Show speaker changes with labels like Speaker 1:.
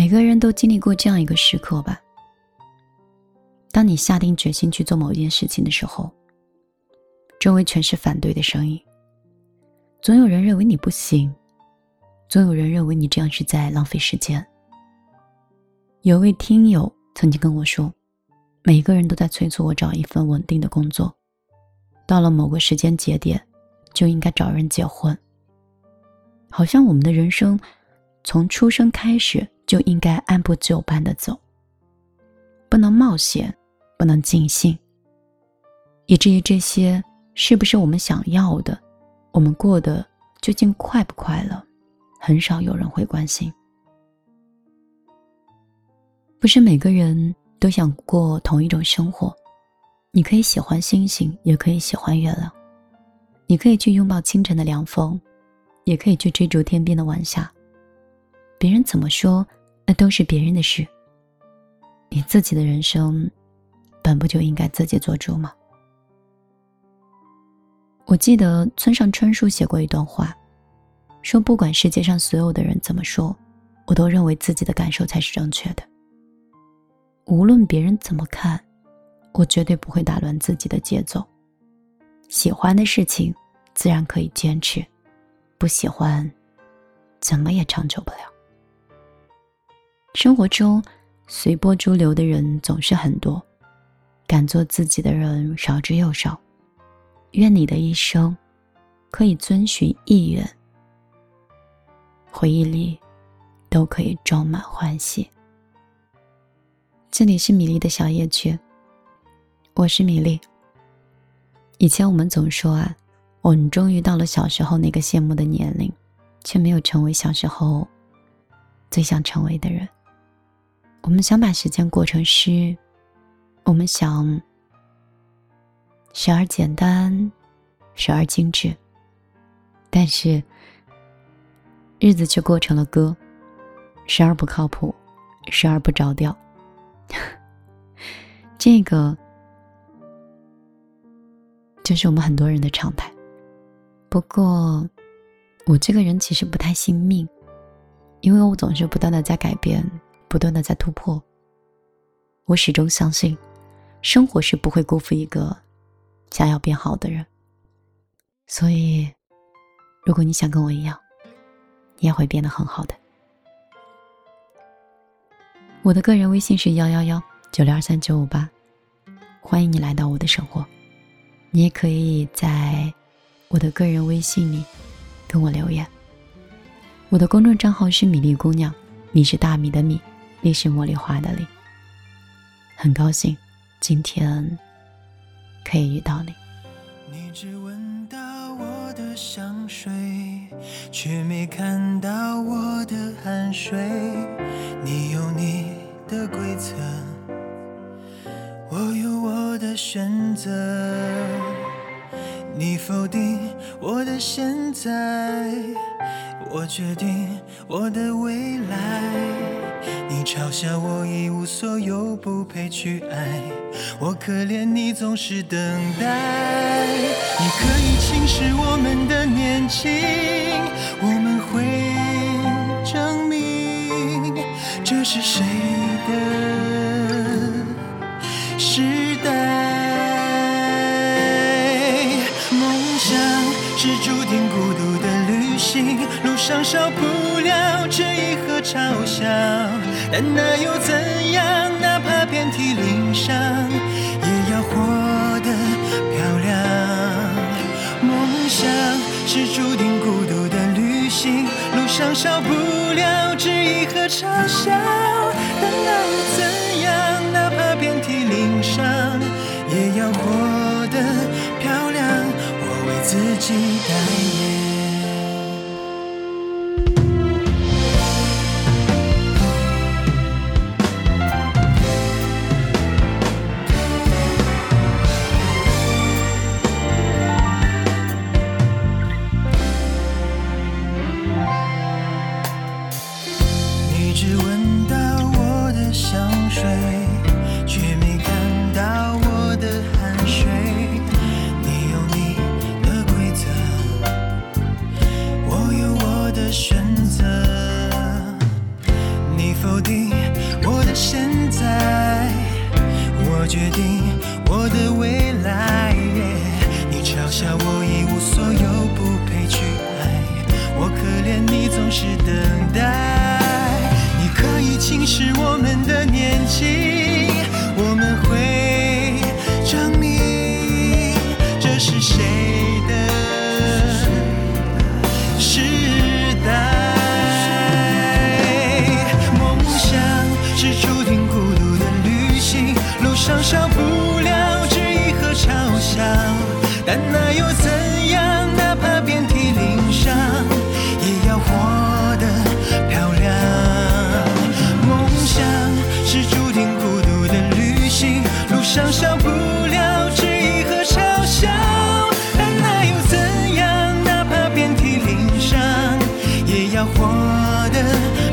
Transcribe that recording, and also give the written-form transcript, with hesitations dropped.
Speaker 1: 每个人都经历过这样一个时刻吧，当你下定决心去做某一件事情的时候，周围全是反对的声音，总有人认为你不行，总有人认为你这样是在浪费时间。有位听友曾经跟我说，每个人都在催促我找一份稳定的工作，到了某个时间节点就应该找人结婚，好像我们的人生从出生开始就应该按部就班地走，不能冒险，不能尽兴，以至于这些是不是我们想要的，我们过得究竟快不快乐，很少有人会关心。不是每个人都想过同一种生活，你可以喜欢星星，也可以喜欢月亮，你可以去拥抱清晨的凉风，也可以去追逐天边的晚霞。别人怎么说，那都是别人的事，你自己的人生本不就应该自己做主吗？我记得村上春树写过一段话，说不管世界上所有的人怎么说，我都认为自己的感受才是正确的。无论别人怎么看，我绝对不会打乱自己的节奏。喜欢的事情自然可以坚持，不喜欢怎么也长久不了。生活中随波逐流的人总是很多，敢做自己的人少之又少。愿你的一生可以遵循意愿，回忆里都可以装满欢喜。这里是米粒的小夜曲，我是米粒。以前我们总说啊，我们终于到了小时候那个羡慕的年龄，却没有成为小时候最想成为的人。我们想把时间过成诗，我们想时而简单，时而精致，但是日子却过成了歌，时而不靠谱，时而不着调。这个就是我们很多人的常态。不过我这个人其实不太信命，因为我总是不断的在改变，不断的在突破。我始终相信生活是不会辜负一个想要变好的人，所以如果你想跟我一样，你也会变得很好的。我的个人微信是11196239558，欢迎你来到我的生活。你也可以在我的个人微信里跟我留言。我的公众账号是米粒姑娘，米是大米的米，粒是茉莉花的粒。很高兴今天可以遇到你。
Speaker 2: 你只闻到我的香水，却没看到我的汗水。你有你的规则，我有我的选择。你否定我的现在，我决定我的未来。你嘲笑我一无所有，不配去爱，我可怜你总是等待。你可以轻视我们的年轻，我们会证明这是谁的时代。梦想是注定孤独的旅行，路上少不了质疑和嘲笑，但那又怎样？哪怕遍体鳞伤，也要活得漂亮。梦想是注定孤独的旅行，路上少不了质疑和嘲笑，但那又怎样？哪怕遍体鳞伤，也要活得漂亮。我为自己代言。你只闻到我的香水，却没看到我的汗水。你有你的规则，我有我的选择。你否定你总是等待。你可以轻视我们的年纪，我们会证明这是谁的时代。梦想是注定孤独的旅行，路上少不了质疑和嘲笑，但那又怎样？哪怕遍体鳞伤，也要活得漂亮。梦想是注定孤独的旅行，路上少不了质疑和嘲笑，但那又怎样？哪怕遍体鳞伤，也要活得